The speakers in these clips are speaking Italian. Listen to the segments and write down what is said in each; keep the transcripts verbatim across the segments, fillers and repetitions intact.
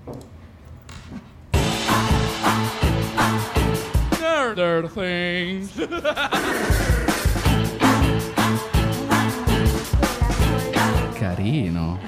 Nerder Things. Carino.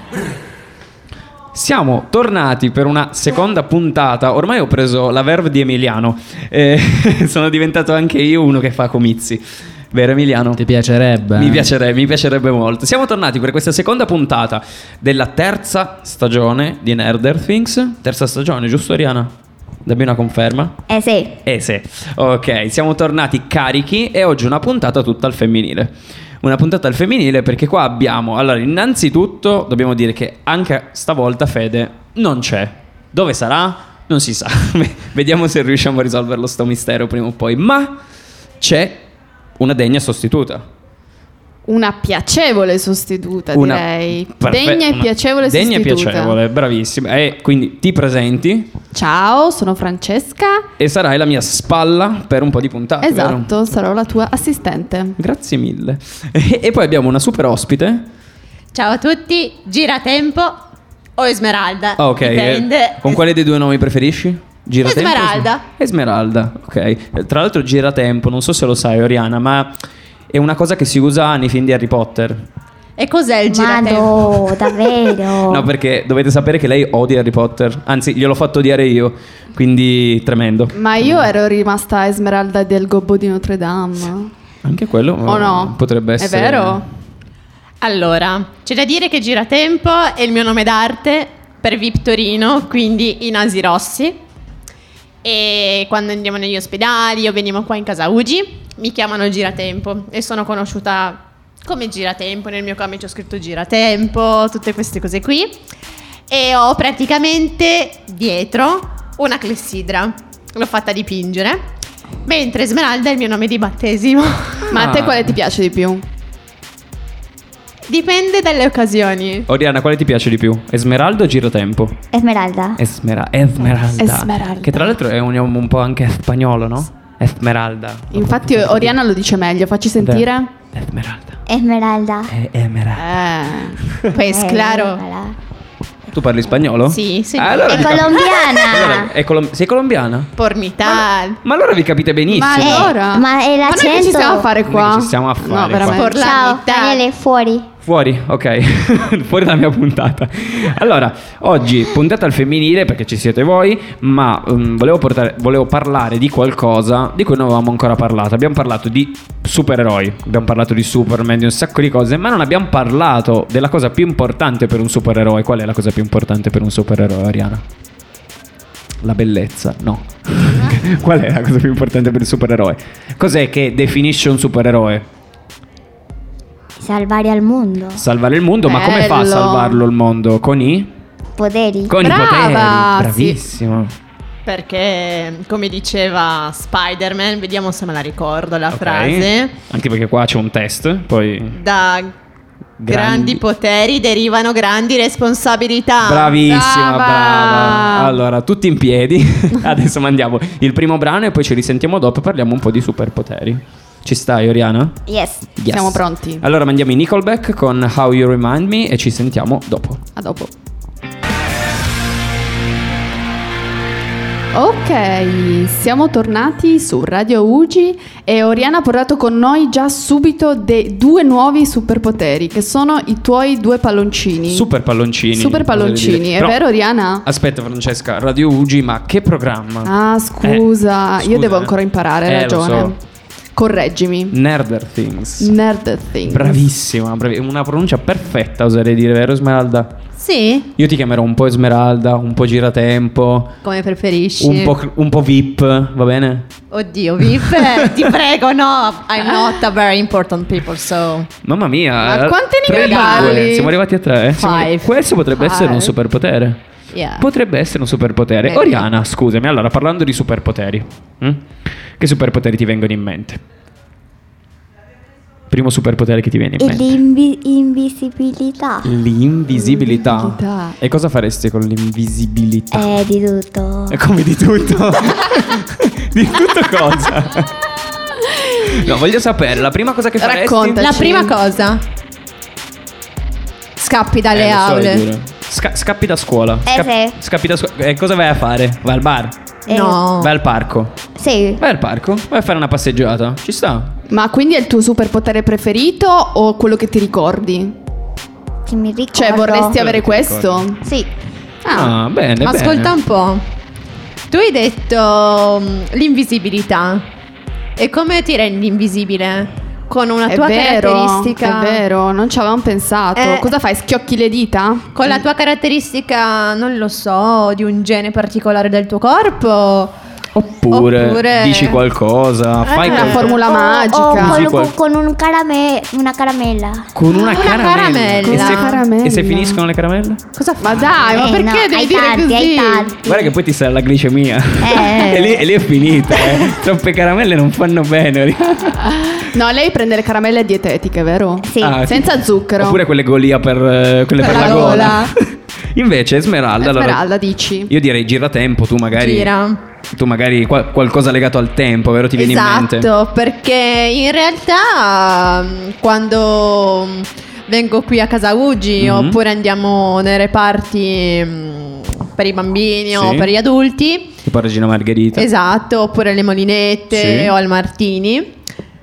Siamo tornati per una seconda puntata. Ormai ho preso la verve di Emiliano. Eh, sono diventato anche io uno che fa comizi. Vero Emiliano? Ti piacerebbe? Mi piacerebbe, mi piacerebbe molto. Siamo tornati per questa seconda puntata della terza stagione di Nerder Things. Terza stagione, giusto Oriana? Dammi una conferma. Eh sì. Eh sì. Ok, siamo tornati carichi e oggi una puntata tutta al femminile. Una puntata al femminile perché qua abbiamo... Allora, innanzitutto dobbiamo dire che anche stavolta Fede non c'è. Dove sarà? Non si sa. Vediamo se riusciamo a risolverlo sto mistero prima o poi. Ma c'è una degna sostituta. Una piacevole sostituta, Una direi. perfe- Degna e una piacevole degna sostituta. Degna e piacevole, bravissima. E quindi ti presenti. Ciao, sono Francesca. E sarai la mia spalla per un po' di puntate. Esatto, vero? sarò la tua assistente. Grazie mille. E, e poi abbiamo una super ospite. Ciao a tutti, Giratempo o Esmeralda. Ah, ok. Dipende. Con quale dei due nomi preferisci? Giratempo? Esmeralda. Esmeralda, ok. Tra l'altro Giratempo, non so se lo sai Oriana, ma è una cosa che si usa nei film di Harry Potter. E cos'è il Ma Giratempo? no, davvero? No, perché dovete sapere che lei odia Harry Potter. Anzi, gliel'ho fatto odiare io. Quindi tremendo. Ma io ero rimasta Esmeralda del Gobbo di Notre Dame. Anche quello O no? potrebbe essere. È vero? Allora, c'è da dire che Giratempo è il mio nome d'arte per Vittorino, quindi i nasi rossi. E quando andiamo negli ospedali o veniamo qua in casa Ugi, mi chiamano Giratempo e sono conosciuta come Giratempo. Nel mio comic ho scritto Giratempo, tutte queste cose qui. E ho praticamente dietro una clessidra, l'ho fatta dipingere, mentre Esmeralda è il mio nome di battesimo. Ma a te Ah. quale ti piace di più? Dipende dalle occasioni. Oriana, quale ti piace di più? Esmeralda o Giratempo? Esmeralda. Esmera- Esmeralda. Esmeralda. Che tra l'altro è un, un po' anche spagnolo, no? Esmeralda. Infatti Oriana lo dice meglio, facci sentire. Esmeralda. Esmeralda. È Emeralda. Eh. Pues Eh, claro. voilà. Tu parli spagnolo? Sì, sì. Ah, allora È vi cap- colombiana. Allora, è colom- sei colombiana? Por mitad. Ma allora vi capite benissimo. Ma Eh, allora? ma è Ma noi che ci l'accento. stiamo a fare qua? Noi che ci stiamo a fare No, qua? veramente. Por la Ciao, mitad. Daniele, fuori. Fuori, ok. Fuori dalla mia puntata. Allora, oggi puntata al femminile perché ci siete voi, ma um, volevo, portare, volevo parlare di qualcosa di cui non avevamo ancora parlato. Abbiamo parlato di supereroi, abbiamo parlato di Superman, di un sacco di cose, ma non abbiamo parlato della cosa più importante per un supereroe. Qual è la cosa più importante per un supereroe, Ariana? La bellezza, no. Qual è la cosa più importante per il supereroe? Cos'è che definisce un supereroe? Salvare al mondo. Salvare il mondo, ma come fa a Bello. salvarlo il mondo? Con i? Poderi. Con Brava, i poteri. sì. Bravissimo. Perché, come diceva Spider-Man, vediamo se me la ricordo la Ok. frase. Anche perché qua c'è un test, poi Da grandi, poteri derivano grandi responsabilità. Bravissima, Brava. brava. Allora, tutti in piedi. Adesso mandiamo il primo brano e poi ci risentiamo dopo e parliamo un po' di superpoteri. Ci stai, Oriana? Yes. Yes. Siamo pronti. Allora mandiamo i Nickelback con How You Remind Me e ci sentiamo dopo. A dopo. Ok, siamo tornati su Radio Ugi e Oriana ha portato con noi già subito dei due nuovi superpoteri che sono i tuoi due palloncini. Super palloncini. Super palloncini, oserei dire. è Però- vero Oriana? Aspetta Francesca, Radio Ugi, ma che programma? Ah, scusa, Eh, io scusa, devo eh. ancora imparare, hai Eh, lo ragione. so. Correggimi. Nerder Things. Nerd thing. Bravissima, bravi- una pronuncia perfetta, oserei dire, vero Esmeralda? Sì, Io ti chiamerò un po' Esmeralda, un po' Giratempo, come preferisci. un po', un po' V I P, va bene? Oddio, Vip, ti prego, no. I'm not a very important people, so. Mamma mia, Ma eh, quante tre lingue parli? lingue. Siamo arrivati a tre. eh? Siamo- Five. Questo potrebbe essere un Five. superpotere. Yeah. Potrebbe essere un superpotere. Vedi. Oriana, scusami, allora parlando di superpoteri, hm? Che superpoteri ti vengono in mente? Primo superpotere che ti viene in mente? L'invisibilità. L'invisibilità. L'invisibilità. E cosa faresti con l'invisibilità? Eh, di tutto. E come di tutto? Di tutto cosa? No, voglio sapere, la prima cosa che faresti? Raccontaci. La prima cosa. Scappi dalle Eh, lo so, aule. è duro. Sca- scappi da scuola. Eh, Sca- sì. Scappi da scuola. E cosa vai a fare? Vai al bar? Eh, No. Vai al parco? Sì. Vai al parco? Vai a fare una passeggiata? Ci sta? Ma quindi è il tuo superpotere preferito o quello che ti ricordi? Che mi ricordo. Cioè, vorresti avere Quello che ti questo? Sì. Ah, bene, Ma bene. ascolta un po'. Tu hai detto mm, l'invisibilità. E come ti rendi invisibile? Con una È tua vero, caratteristica. è vero, non ci avevamo pensato. Eh. Cosa fai? Schiocchi le dita? Con la tua caratteristica, non lo so, di un gene particolare del tuo corpo. Oppure, Oppure- dici qualcosa, fai Eh. Una qualcosa. formula O- magica. o Usi con, qual- con un carame- una caramella. Con una, Una caramella. caramella. E se, Caramella. e se finiscono le caramelle? Cosa Ma fai? dai, ma Eh, perché no, devi hai dire tanti, così? hai tanti. Guarda che poi ti sale la glicemia. Eh. e, lì, e lì è finita. Eh. Troppe caramelle non fanno bene. No, lei prende le caramelle dietetiche, vero? Sì. Ah, Senza zucchero. Oppure quelle golia per, eh, quelle per, Per la la gola. gola. Invece Esmeralda, allora, Esmeralda, dici. io direi giratempo, tu magari Gira. tu magari qual- qualcosa legato al tempo, vero? Ti viene in mente? Esatto, perché in realtà mm, quando mm, vengo qui a casa Ugi Mhm. oppure andiamo nei reparti mm, per i bambini o Sì. per gli adulti, Tipo a Regina Margherita. esatto, oppure alle Molinette Sì. o al Martini,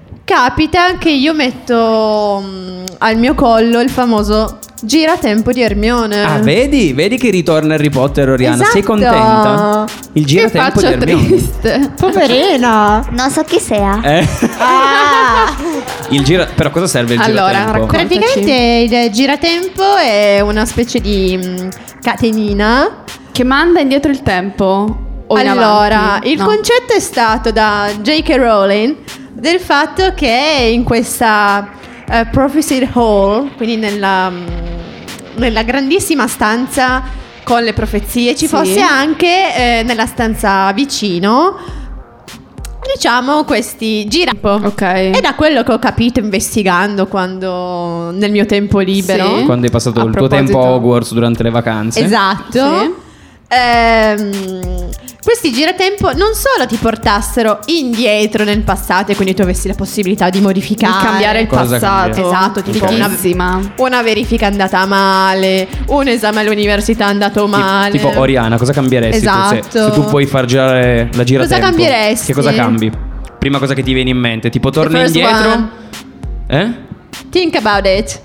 capita che io metto mm, al mio collo il famoso giratempo di Hermione. Ah, vedi? Vedi che ritorna Harry Potter, Oriana? Sei Esatto. contenta? Il Che giratempo di faccia Hermione. triste. Poverina. Non so chi sia. Eh? Ah. Il gira... Però cosa serve il Allora, giratempo? racconta. Praticamente il giratempo è una specie di mm, catenina. Che manda indietro il tempo? O in Allora, avanti? il No. concetto è stato da J K. Rowling del fatto che in questa eh, Prophecy Hall, quindi nella, mm, nella grandissima stanza con le profezie, ci Sì. fosse anche eh, nella stanza vicino, diciamo, questi giratempo. Ok. E da quello che ho capito investigando quando nel mio tempo libero. Sì. Quando hai passato A il tuo proposito- tempo a Hogwarts durante le vacanze. Esatto. Sì. Ehm, questi giratempo non solo ti portassero indietro nel passato e quindi tu avessi la possibilità di Di modificare, cambiare il Cosa passato. cambia? Esatto, tipo una, Fighissima. una verifica andata male, un esame all'università andato Ti- male. Tipo Oriana, cosa cambieresti tu se, Esatto. se tu puoi far girare la giratempo? Cosa cambieresti? Che cosa cambi? Prima cosa che ti viene in mente, tipo torni first indietro? one. Eh? Think about it.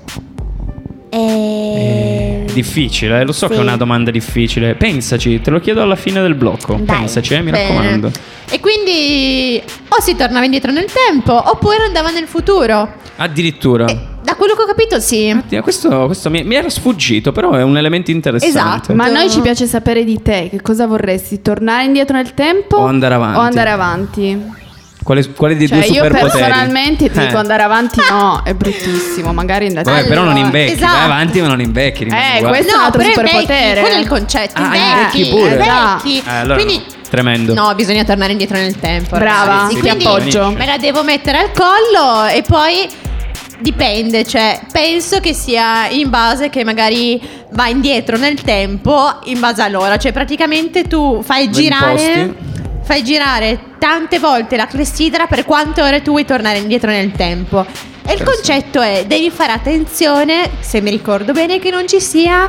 Eh, Difficile, eh, lo so Sì. che è una domanda difficile. Pensaci, te lo chiedo alla fine del blocco. Dai. Pensaci, eh, mi Bene. raccomando. E quindi o si tornava indietro nel tempo oppure andava nel futuro. Addirittura. E da quello che ho capito sì. Oddio, Questo, questo mi, mi era sfuggito, però è un elemento interessante. Esatto. Ma a noi ci piace sapere di te. Che cosa vorresti? Tornare indietro nel tempo? O andare avanti? O andare avanti? Quale, quale dei Cioè, due io superpoteri? personalmente ti Eh. dico andare avanti no, è bruttissimo. Magari andate Vabbè, però non Allora, invecchi, esatto. vai avanti ma non invecchi. rimani Eh, uguale. questo è un altro però superpotere. invecchi, quello è il concetto. Ah, invecchi, invecchi pure. invecchi. Eh, allora Quindi no. Tremendo. no, bisogna tornare indietro nel tempo. Brava, ragazzi. ti Quindi appoggio. me la devo mettere al collo e poi dipende, cioè penso che sia in base che magari va indietro nel tempo in base a l'ora, cioè praticamente tu fai Lo girare imposti. fai girare tante volte la clessidra per quante ore tu vuoi tornare indietro nel tempo. E il concetto è devi fare attenzione, se mi ricordo bene, che non ci sia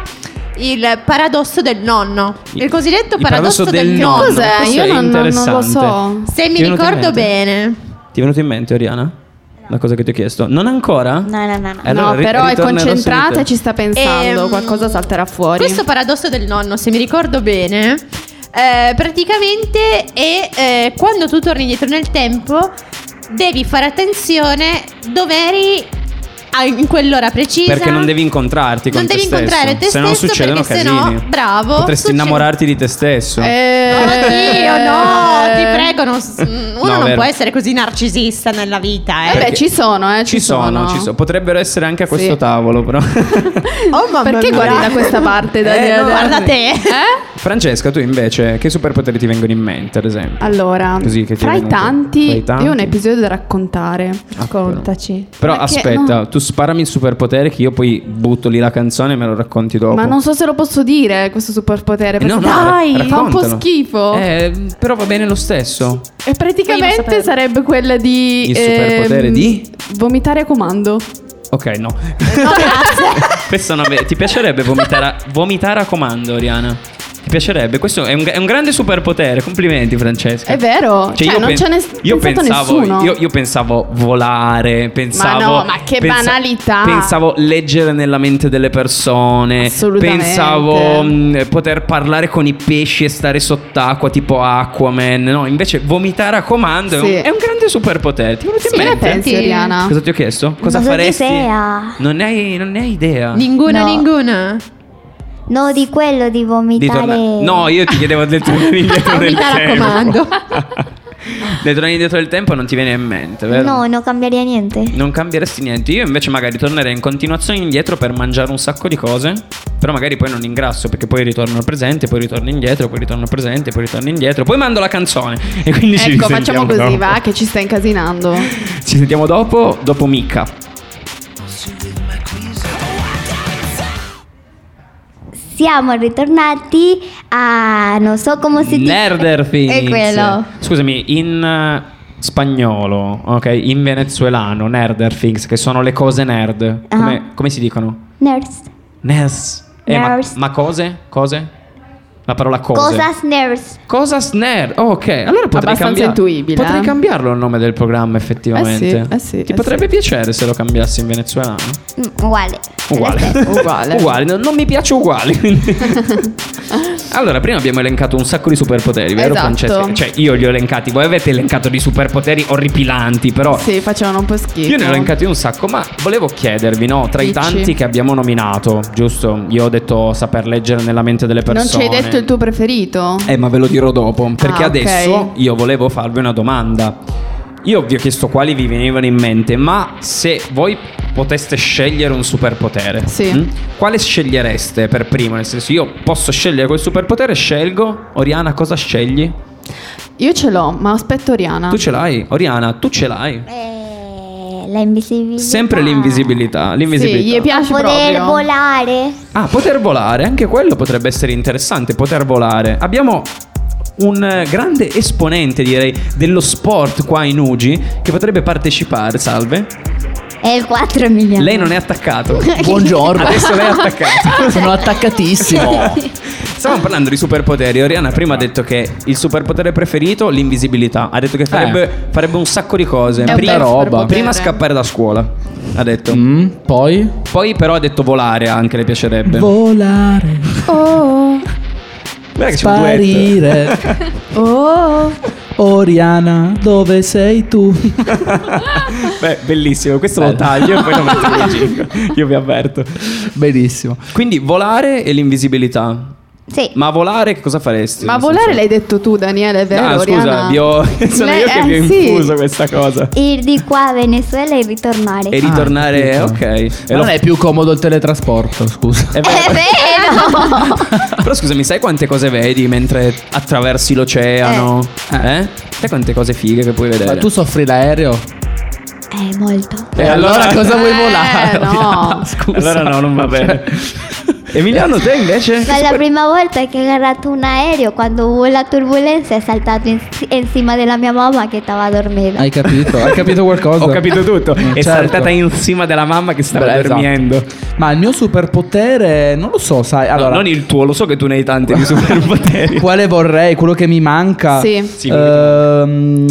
il paradosso del nonno, il cosiddetto il paradosso, del, nonno. Cos'è? Questo Io è non, non- non lo interessante. so. Se mi Ti è venuto in ricordo mente? bene. Ti è venuto in mente, Oriana? La cosa che ti ho chiesto? Non ancora? no, no, no, no. Eh, allora no, ri- però è ritornerò su di concentrata te. e ci sta pensando. Ehm, Qualcosa salterà fuori. Questo paradosso del nonno, se mi ricordo bene, eh, praticamente è eh, quando tu torni indietro nel tempo, devi fare attenzione dove eri a- in quell'ora precisa. Perché non devi incontrarti con Non te devi stesso. incontrare te se no stesso, succedono perché casini. sennò, bravo, Potresti succede- innamorarti di te stesso. Eh, Oddio, no, ti prego, non s- uno No, non vero. può essere così narcisista nella vita, eh. Eh beh, Perché- ci sono, eh. Ci sono, ci sono. Potrebbero essere anche a questo Sì. tavolo, però. Oh, mamma Perché mia. guardi da questa parte? Da, Eh, da- no, Guarda te. Eh? Francesca, tu invece, che superpoteri ti vengono in mente, ad esempio? Allora, Così che ti è fra i, venuto. tanti, Fra i tanti. io ho un episodio da raccontare. Raccontaci. Però Perché- aspetta, no. tu sparami il superpotere che io poi butto lì la canzone e me lo racconti dopo. Ma non so se lo posso dire questo superpotere. Eh, no, Perché no, dai, ra- fa un po' raccontalo. schifo. Eh, però va bene lo stesso. E Voglio praticamente saperlo. sarebbe quella di Il superpotere ehm, di? vomitare a comando. Ok, no. No, grazie. Questo non ve- ti piacerebbe vomitare a, vomitare a comando, Oriana? Ti piacerebbe? Questo è un, è un grande superpotere. Complimenti, Francesca. È vero, cioè, io non pen- ce n'è io pensato pensavo, nessuno. io, io pensavo volare, pensavo. Ma no, ma che banalità. Pensavo leggere nella mente delle persone. Assolutamente. Pensavo mh, poter parlare con i pesci e stare sott'acqua, tipo Aquaman. No, invece vomitare a comando è, Sì. un, è un grande superpotere. Ti è venuto in Che ne mente? pensi, Oriana? Cosa ti ho chiesto? Cosa Non so faresti? che sia. Non ne hai, non ne hai idea. Ninguna, No. ninguna. No, di quello di Di vomitare. torna- No, io ti chiedevo del tornare indietro del Vomitare a tempo. comando. Del tornare indietro del tempo non ti viene in mente, vero? No, non cambiería niente. Non cambieresti niente. Io invece magari tornerei in continuazione indietro per mangiare un sacco di cose. Però magari poi non ingrasso, perché poi ritorno al presente, poi ritorno indietro, poi ritorno al presente, poi ritorno indietro, poi mando la canzone. E quindi ci Ecco, risentiamo facciamo così, dopo. va, che ci sta incasinando. Ci sentiamo dopo, dopo Micca. Siamo ritornati a non so come si dice. Nerder Things. È quello. Scusami, in eh, spagnolo, ok? In venezuelano, Nerder Things, che sono le cose nerd. Come, Ah. come si dicono? Nerds. Nerds. Eh, ma, Nerds. ma cose? Cose? La parola cose. Cosas nerds. Cosas nerd. Oh, ok, allora potrei Abbastanza cambiare. intuibile, Potrei eh? cambiarlo il nome del programma, effettivamente. Eh sì, eh sì, Ti eh potrebbe sì. piacere se lo cambiassi in venezuelano? Mm, uguale. Uguale. Uguale. Uguale, non, non mi piace uguali. quindi. Allora, prima abbiamo elencato un sacco di superpoteri, vero, Esatto. Francesca? Cioè, io li ho elencati. Voi avete elencato di superpoteri orripilanti, però. Sì, facevano un po' schifo. Io ne ho elencati un sacco, ma volevo chiedervi, no? Tra i Dici? tanti che abbiamo nominato, giusto? Io ho detto saper leggere nella mente delle Non persone. ci hai detto il tuo preferito? Eh, ma ve lo dirò dopo. Perché Ah, ok. adesso io volevo farvi una domanda. Io vi ho chiesto quali vi venivano in mente, ma se voi poteste scegliere un superpotere, Sì. mh? quale scegliereste per primo? Nel senso, io posso scegliere quel superpotere, scelgo. Oriana, cosa scegli? Io ce l'ho, ma aspetto Oriana. Tu ce l'hai? Oriana, tu ce l'hai? Eh, la invisibilità. Sempre l'invisibilità. Sì, L'invisibilità. gli piace Poter proprio. volare. Ah, poter volare, anche quello potrebbe essere interessante, poter volare. Abbiamo un eh, grande esponente, direi, dello sport qua in U G I che potrebbe partecipare. Salve. È il quattro milioni. Lei non è attaccato. Buongiorno. Adesso lei è attaccato. Sono attaccatissimo. Stavamo parlando di superpoteri. Oriana prima ha detto che il superpotere preferito, l'invisibilità. Ha detto che farebbe, farebbe un sacco di cose. È un Prima, bel roba. superpotere. prima scappare da scuola, ha detto. Mm, poi Poi però ha detto volare anche, le piacerebbe. volare, Oh, Guarda che c'è un duetto. sparire. oh. Oriana, dove sei tu? Beh, bellissimo, questo lo Bello. taglio e poi lo metto in jingle. Io vi avverto. Benissimo. Quindi volare e l'invisibilità. Sì. Ma volare che cosa faresti? Ma Nel volare senso- l'hai detto tu, Daniele, è vero? Ah, scusa, Oriana? vi ho- sono Lei- io che vi ho eh, sì. infuso questa cosa. Ir di qua a Venezuela e ritornare. E ritornare, Ah, ok. E Ma lo- non è più comodo il teletrasporto, scusa. è È vero. vero. Però scusami, sai quante cose vedi mentre attraversi l'oceano? Eh? Sai quante cose fighe che puoi vedere? Ma tu soffri l'aereo? Eh, molto. E E allora cosa vuoi Eh, volare? no. Scusa. Allora no, non va bene. Emiliano, te invece? Ma la prima volta che ho agarrato un aereo, quando hubo la turbulenza, è saltato in- encima della mia mamma che stava dormendo. Hai capito? Hai capito qualcosa? Ho capito tutto. Mm, È certo. saltata insieme della mamma che stava Beh, esatto. dormendo. Ma il mio superpotere, non lo so, sai. No, Allora, non il tuo, lo so che tu ne hai tanti di superpoteri. quale vorrei? Quello che mi manca? Sì. Sì, Ehm,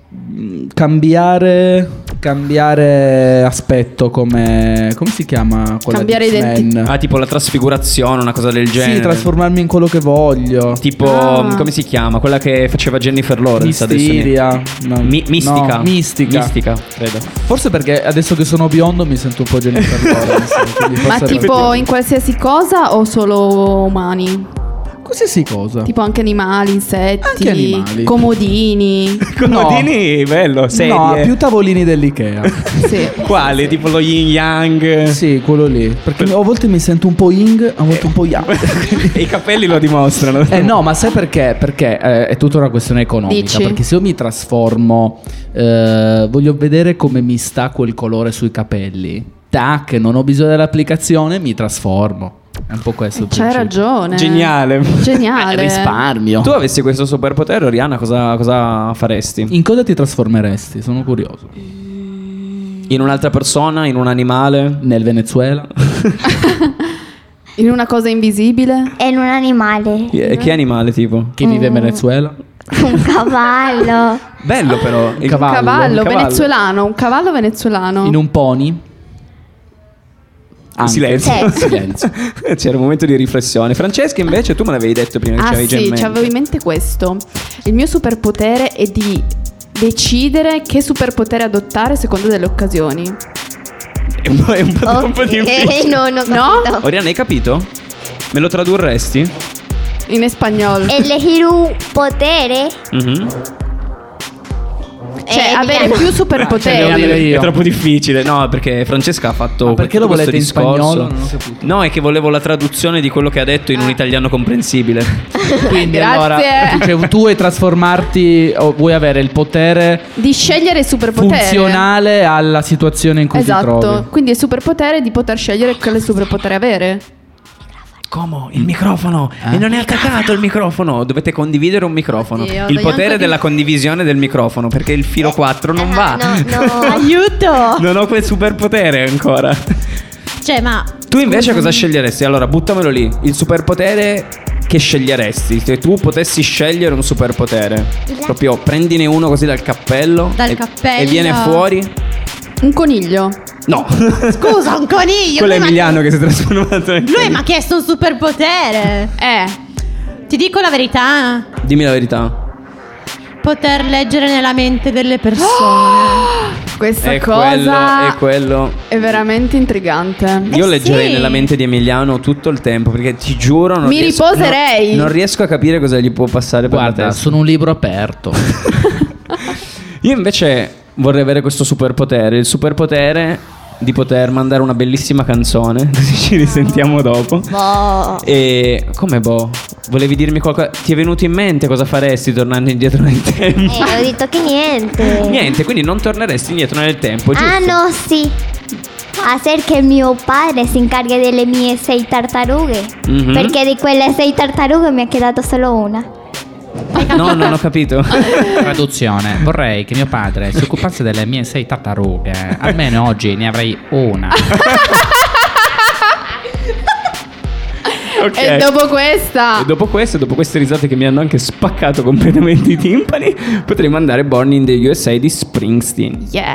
cambiare cambiare aspetto come come si chiama quella Cambiare di X-Men? identità. Ah, tipo la trasfigurazione, una cosa del genere. Sì, trasformarmi in quello che voglio. Tipo, Ah. come si chiama? Quella che faceva Jennifer Lawrence adesso. Misteria. No. Mi- mistica. No, mistica. Mistica, credo. Forse perché adesso che sono biondo mi sento un po' Jennifer Lawrence. quindi Ma forse tipo in qualsiasi cosa o solo umani? qualsiasi cosa. Tipo anche animali, insetti, Anche animali. comodini. Comodini, bello, serie. No, più tavolini dell'Ikea. Sì. Quali? Tipo lo yin yang. Sì, quello lì. Perché a volte mi sento un po' Ying, a volte un po' Yang. E i capelli lo dimostrano. Eh no, ma sai perché? Perché eh, è tutta una questione economica. Dici? Perché se io mi trasformo, eh, voglio vedere come mi sta quel colore sui capelli. Tac, non ho bisogno dell'applicazione, mi trasformo. È un po' questo il C'hai principio. ragione. Geniale. Geniale. Risparmio. Tu avessi questo superpotere, Oriana, cosa, cosa faresti? In cosa ti trasformeresti? Sono curioso. In un'altra persona, in un animale? Nel Venezuela? In una cosa invisibile? È in un animale. E che animale tipo? Chi vive in Venezuela? Un cavallo. Bello però. Il Cavallo. Un cavallo un cavallo. venezuelano, un cavallo venezuelano. In un pony? Anche. Silenzio. Sì. Silenzio. C'era un momento di riflessione. Francesca invece tu me l'avevi detto prima che Ah c'avevi già in sì, mente. c'avevo in mente questo. Il mio superpotere è di decidere che superpotere adottare secondo delle occasioni. È un po', è un po' troppo Ok, difficile. no, no, No? capito. Oriana, hai capito? Me lo tradurresti? In spagnolo. Elegir un potere. Mhm. Cioè, Eh, avere Emiliano. più Ah, superpoteri. ce ne ho io. È troppo difficile. No, perché Francesca ha fatto Ma perché tutto lo questo volete in discorso. spagnolo? Non ho capito. No, è che volevo la traduzione di quello che ha detto in un italiano comprensibile. Quindi Grazie. allora cioè, tu vuoi trasformarti o vuoi avere il potere Di scegliere il superpotere. funzionale alla situazione in cui ti Esatto. trovi. Quindi il superpotere di poter scegliere quale superpotere avere. Come? Il microfono! Eh? E non è attaccato il microfono! Dovete condividere un microfono. Oddio, il voglio potere anche della di- condivisione del microfono, perché il filo quattro non va. Ah, no, no. Aiuto! Non ho quel superpotere ancora. Cioè, ma Tu invece cosa sceglieresti? Allora, buttamelo lì. Il superpotere che sceglieresti? Se tu potessi scegliere un superpotere, proprio prendine uno così dal cappello. Dal e, cappello. E viene fuori. Un coniglio. No. scusa, un coniglio. Quello è lui m'ha- Emiliano che si è trasformato nel Lui coniglio. mi ha chiesto un superpotere. Eh. Ti dico la verità. Dimmi la verità. Poter leggere nella mente delle persone. Questa È cosa quello, è quello. è veramente intrigante. Io Eh leggerei sì. nella mente di Emiliano tutto il tempo, perché ti giuro non Mi riesco, riposerei. Non, non riesco a capire cosa gli può passare per la Guarda, testa. sono un libro aperto. Io invece vorrei avere questo superpotere, il superpotere di poter mandare una bellissima canzone, così ci risentiamo dopo. Boh. E come boh, volevi dirmi qualcosa? Ti è venuto in mente cosa faresti tornando indietro nel tempo? Eh, ho detto che niente. Niente, quindi non torneresti indietro nel tempo, giusto? Ah, no, sì. Hacer che mio padre si incarichi delle mie sei tartarughe. Mhm. Perché di quelle sei tartarughe mi ha chiedato solo una. No, non ho capito. Traduzione. Vorrei che mio padre si occupasse delle mie sei tartarughe. Almeno oggi ne avrei una. Ok. E dopo questa E dopo questo, dopo queste risate che mi hanno anche spaccato completamente i timpani, potrei mandare Born in the U S A di Springsteen. Yes.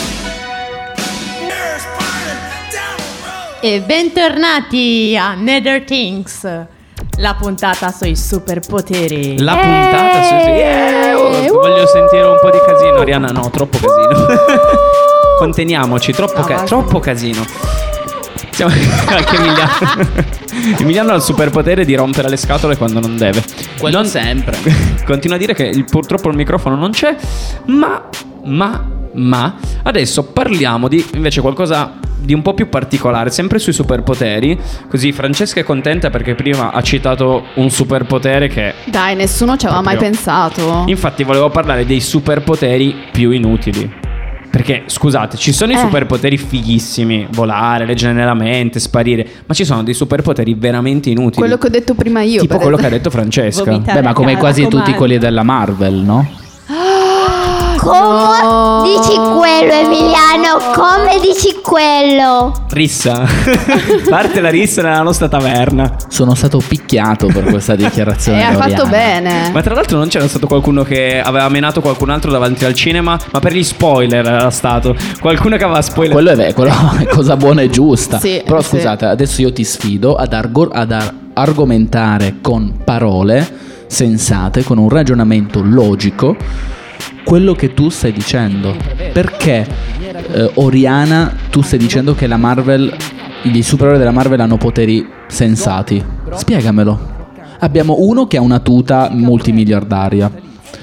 E bentornati a Nether Things, la puntata sui superpoteri. La puntata su yeah, oh, voglio sentire un po' di casino, Oriana. No, troppo casino. Conteniamoci, troppo, No, ca- basta. troppo casino. Siamo anche Emiliano. Emiliano ha il superpotere di rompere le scatole quando non deve. Quello Non sempre. Continua a dire che il- purtroppo il microfono non c'è, ma ma ma adesso parliamo di invece qualcosa di un po' più particolare, sempre sui superpoteri. Così Francesca è contenta perché prima ha citato un superpotere che Dai, nessuno ci aveva mai Proprio. pensato. infatti volevo parlare dei superpoteri più inutili. Perché scusate, ci sono i Eh. superpoteri fighissimi, volare, leggere nella mente, sparire, ma ci sono dei superpoteri veramente inutili. Quello che ho detto prima io. tipo per quello che ha esempio. detto Francesca. Vomitare. Beh, ma come Cara, quasi tutti comare. quelli della Marvel, no? Come No. dici quello, Emiliano? Come dici quello? Rissa. Parte la rissa nella nostra taverna. Sono stato picchiato per questa E dichiarazione. ha fatto Oriana. bene. Ma tra l'altro non c'era stato qualcuno che aveva menato qualcun altro davanti al cinema, ma per gli spoiler era stato. Qualcuno che aveva spoiler. Quello è, ve- quello è cosa buona e giusta. Sì, Però sì. scusate, adesso io ti sfido ad, argo- ad ar- argomentare con parole sensate, con un ragionamento logico, quello che tu stai dicendo. Perché eh, Oriana, tu stai dicendo che la Marvel, i supereroi della Marvel hanno poteri sensati? Spiegamelo. Abbiamo uno che ha una tuta multimiliardaria.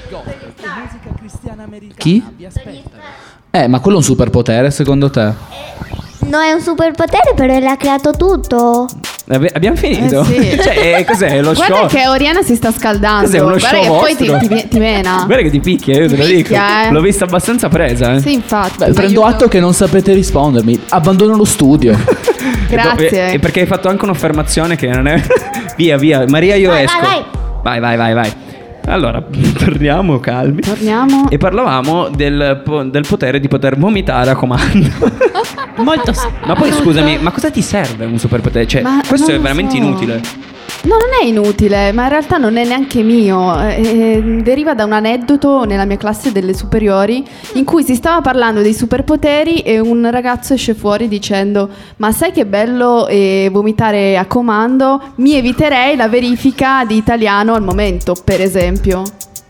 Chi? Eh, ma quello è un superpotere secondo te? No è un superpotere, però l'ha creato tutto. Abbi- abbiamo finito? Eh, sì. Cioè, eh, cos'è lo Guarda show? che Oriana si sta scaldando. Cos'è uno Guarda show che poi ti, vostro? ti, ti mena. Guarda che ti picchia, io te lo Ti dico. picchia, eh. L'ho vista abbastanza presa, eh. Sì, infatti. Beh, prendo Aiuto. atto che non sapete rispondermi. Abbandono lo studio. Grazie. E, e perché hai fatto anche un'affermazione che non è. Via, via. Maria, io Vai, esco. vai, vai, vai, vai, vai. Allora, torniamo calmi. Torniamo. E parlavamo del, po- del potere di poter vomitare a comando. Molto s- Ma poi scusami, ma cosa ti serve un superpotere? Cioè, Ma questo non è lo veramente so. inutile. No, non è inutile, ma in realtà non è neanche mio. Eh, eh, deriva da un aneddoto nella mia classe delle superiori in cui si stava parlando dei superpoteri e un ragazzo esce fuori dicendo: ma sai che bello eh, vomitare a comando? Mi eviterei la verifica di italiano al momento, per esempio.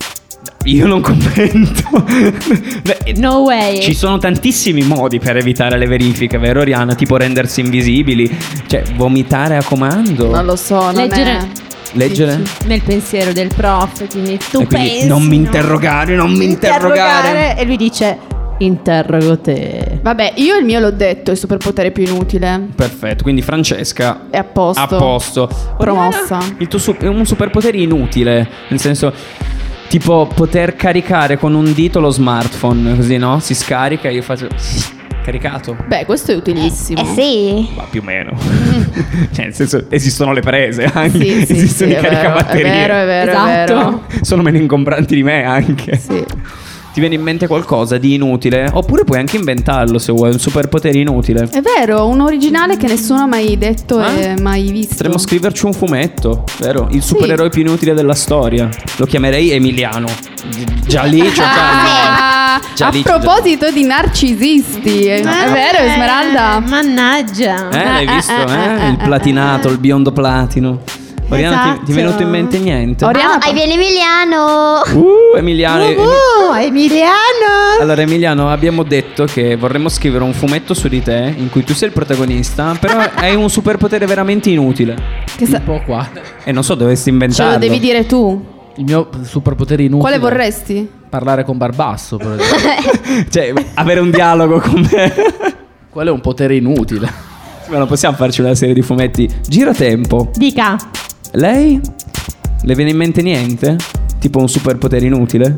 Io non commento. Beh, No way. Ci sono tantissimi modi per evitare le verifiche, vero Oriana? Tipo rendersi invisibili, cioè vomitare a comando. Non lo so, non Leggere. è... Leggere? Nel pensiero del prof, quindi tu E quindi pensi, non mi no? interrogare, non mi interrogare. E lui dice: interrogo te. Vabbè, io il mio l'ho detto, il superpotere più inutile. Perfetto, quindi Francesca È a posto. a posto. Promossa. Oriana, il tuo su- è un superpotere inutile, nel senso tipo poter caricare con un dito lo smartphone, così no? Si scarica e io faccio caricato. Beh, questo è utilissimo. Eh sì. Ma più o meno. Cioè, nel senso, esistono le prese anche. Sì, sì, Esistono sì, i è vero, è caricabatterie. vero, è vero, è Esatto. vero. Sono meno ingombranti di me anche. Sì. Ti viene in mente qualcosa di inutile? Oppure puoi anche inventarlo se vuoi, un superpotere inutile. È vero, un originale che nessuno ha mai detto Ah? e mai visto. Potremmo scriverci un fumetto, vero? Il supereroe più inutile della storia. Lo chiamerei Emiliano. Gi- Già lì c'ho già. Ah, Già a lì- proposito di narcisisti, è, è vero, Esmeralda? Mannaggia. Eh, l'hai eh, visto? eh, Eh? eh, Il eh, platinato, il biondo platino. Oriana, ti, Esatto. ti è venuto in mente niente? Oriana, Ah, ahí viene Emiliano. Uh, Emiliano. Em- Oh, Emiliano. Allora Emiliano, abbiamo detto che vorremmo scrivere un fumetto su di te in cui tu sei il protagonista, però hai un superpotere veramente inutile. che sa- Un po' qua. E non so, dovresti ce inventarlo. lo devi dire tu. Il mio superpotere inutile. Quale vorresti? Parlare con Barbasso, per esempio. Cioè, avere un dialogo con me. Quello è un potere inutile. Ma non possiamo farci una serie di fumetti. Giratempo. Dica. Lei? Le viene in mente niente? Tipo un superpotere inutile?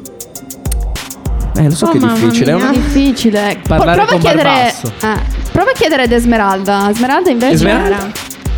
Eh, lo so Oh, che è mamma difficile. mia. È È una- difficile. Parlare prova con a chiedere, Barbasso. eh, prova a chiedere ad Esmeralda. Esmeralda invece Esmeralda? era.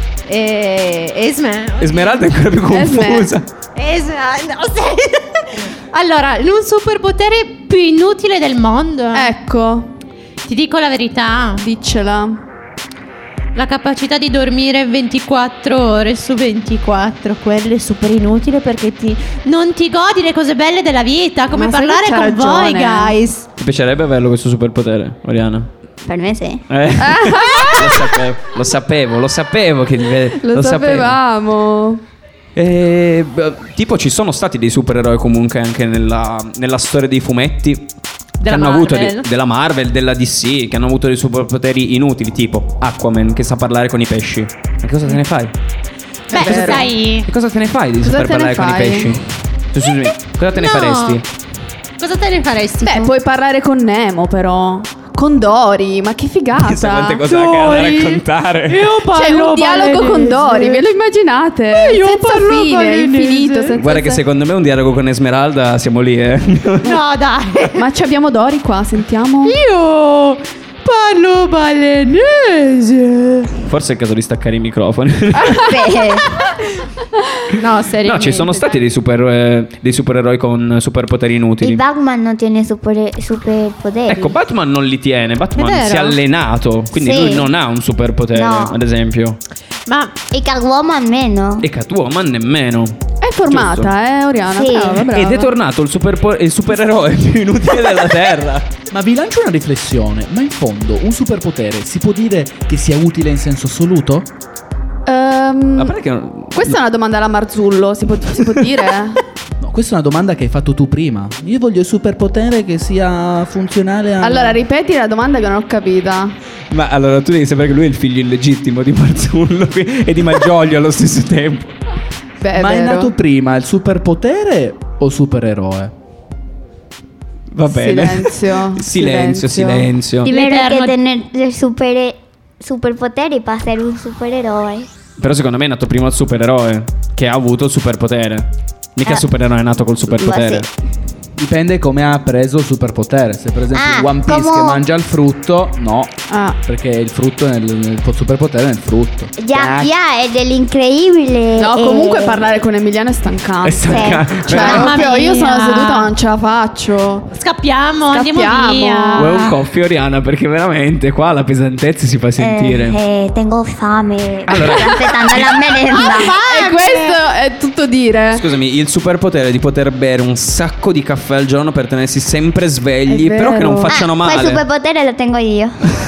E Esme. Esmeralda è ancora più Esme. confusa. Esme. No, sei- allora, un superpotere più inutile del mondo. Ecco, Ti dico la verità. diccela. La capacità di dormire ventiquattro ore su ventiquattro, quello è super inutile perché ti, non ti godi le cose belle della vita, come Ma sai parlare che con c'ha voi, ragione. guys. Ti piacerebbe averlo questo superpotere, Oriana? Per me sì. Eh? lo sapevo, lo sapevo, lo sapevo che Lo, sapevo. sapevamo. Eh, beh, tipo ci sono stati dei supereroi comunque anche nella, nella storia dei fumetti che Della hanno avuto Marvel. dei- della Marvel, della D C, che hanno avuto dei superpoteri inutili, tipo Aquaman che sa parlare con i pesci. Ma che cosa te ne fai? Beh, vero. sai, Che cosa te ne fai di Cosa saper te ne parlare con i fai? pesci? Tu, scusami, cosa te ne No. faresti? cosa te ne faresti? Beh, tu? puoi parlare con Nemo, però. Con Dory, ma che figata. Chissà quante cose ha da raccontare. C'è un dialogo con Dory, ve lo immaginate? io senza parlo fine, balenese. infinito. Senza Guarda che se- secondo me un dialogo con Esmeralda siamo lì, eh. No, dai. Ma ci abbiamo Dory qua, sentiamo. Io parlo balenese. Forse è il caso di staccare i microfoni. Sì. No, seriamente. No, ci sono stati dei, super, eh, dei supereroi con superpoteri Y inutili. Batman no tiene super, superpoteri. Ecco, Batman non li tiene. Batman È vero. si è allenato. Quindi Sì. lui non ha un superpotere, No. ad esempio. Ma Y Catwoman meno. E Catwoman nemmeno. È formata, eh, Oriana. Sì. Brava, brava. Ed è tornato il, superpo- il supereroe più inutile della Terra. Ma vi lancio una riflessione. Ma in fondo un superpotere si può dire che sia utile in senso assoluto? Ehm, Ma perché? questa è una domanda alla Marzullo, si può, si può dire? No, questa è una domanda che hai fatto tu prima. Io voglio il superpotere che sia funzionale a... Allora, ripeti la domanda che non ho capita. Ma allora tu devi sapere che lui è il figlio illegittimo di Marzullo e di Malgioglio allo stesso tempo. Beh, Ma è vero. nato prima il superpotere o supereroe? Va bene. Silenzio, silenzio, silenzio. Primero hay L'eterno- que tener super, superpoteri para ser un superhéroe. Però secondo me è nato prima il supereroe che ha avuto il superpotere. Mica il Eh. supereroe è nato col superpotere. Ma Dipende come ha preso il superpotere. Se per esempio Ah, One Piece come- che mangia il frutto, no. Ah. Perché il frutto nel, nel il superpotere è nel frutto. Ya, Ah, ya, è dell'incredibile. No, e- comunque parlare con Emiliano è stancante. È stancante. Sì. Cioè, Mamma proprio io sono mia. seduta, ma non ce la faccio. Scappiamo, andiamo Scappiamo. via. Vuoi un coffee, Oriana? Perché veramente qua la pesantezza si fa sentire. Eh, eh, tengo fame. Allora- Sto aspettando la merenda. E questo è tutto dire. Scusami, il superpotere di poter bere un sacco di caffè al giorno per tenersi sempre svegli, È però che non vero. facciano Ah, male. quel superpotere lo tengo io.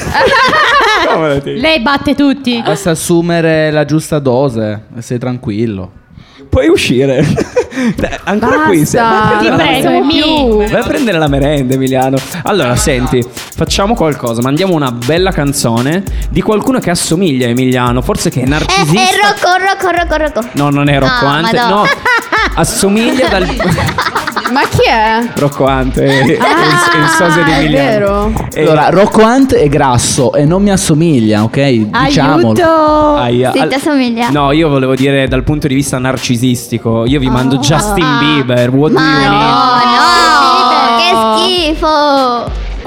Lei batte tutti. Basta assumere la giusta dose e sei tranquillo. Puoi uscire. Dai, ancora qui sei. Basta. Ti Non prego, possiamo Emi. più. Vai a prendere la merenda, Emiliano. Allora, senti, facciamo qualcosa. Mandiamo una bella canzone di qualcuno che assomiglia a Emiliano. Forse che è Eh, narcisista. è Rocco, Rocco, Rocco, Rocco. No, non è Rocco Ah, Ante. madonna. No, assomiglia dal. Ma chi è? Rocco Ante. è il, è il sosia di Ah, è Emiliano. vero. E- Allora, Rocco Hunt è grasso e non mi assomiglia, ok? Diciamolo. Aiuto. Aia. Sì, Al- ti assomiglia. No, io volevo dire dal punto di vista narcisistico. Io vi mando Justin Bieber. What do you Ma need? no, no, che schifo.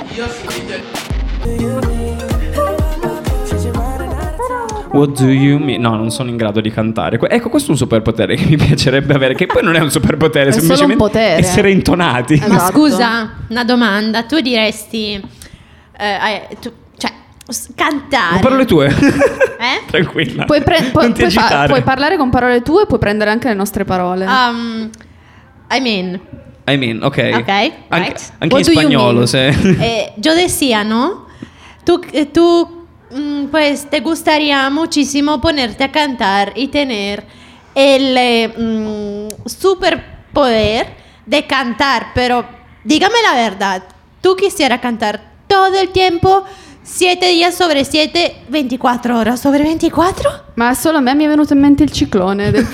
What do you mean? No, non sono in grado di cantare. Que- ecco, questo è un superpotere che mi piacerebbe avere. Che poi non è un superpotere, È solo semplicemente un potere. essere intonati. Ma Esatto. scusa, una domanda. Tu diresti... eh, eh, tu- cioè, s- cantare... Ma parole tue. Eh? Tranquilla. Puoi, pre- pu- non ti puoi fa- agitare. puoi parlare con parole tue e puoi prendere anche le nostre parole. Um, I mean... I mean, ok. Ok, Anche, right. anche What in do you spagnolo, mean? se. Eh, yo decía, ¿no? Tú, eh, tú mm, pues te gustaría muchísimo ponerte a cantar y tener el eh, mm, superpoder de cantar, pero dígame la verdad, ¿tú quisieras cantar todo el tiempo, siete días sobre siete, veinticuatro horas sobre veinticuatro? Ma solo a me mi è venuto in mente il ciclone del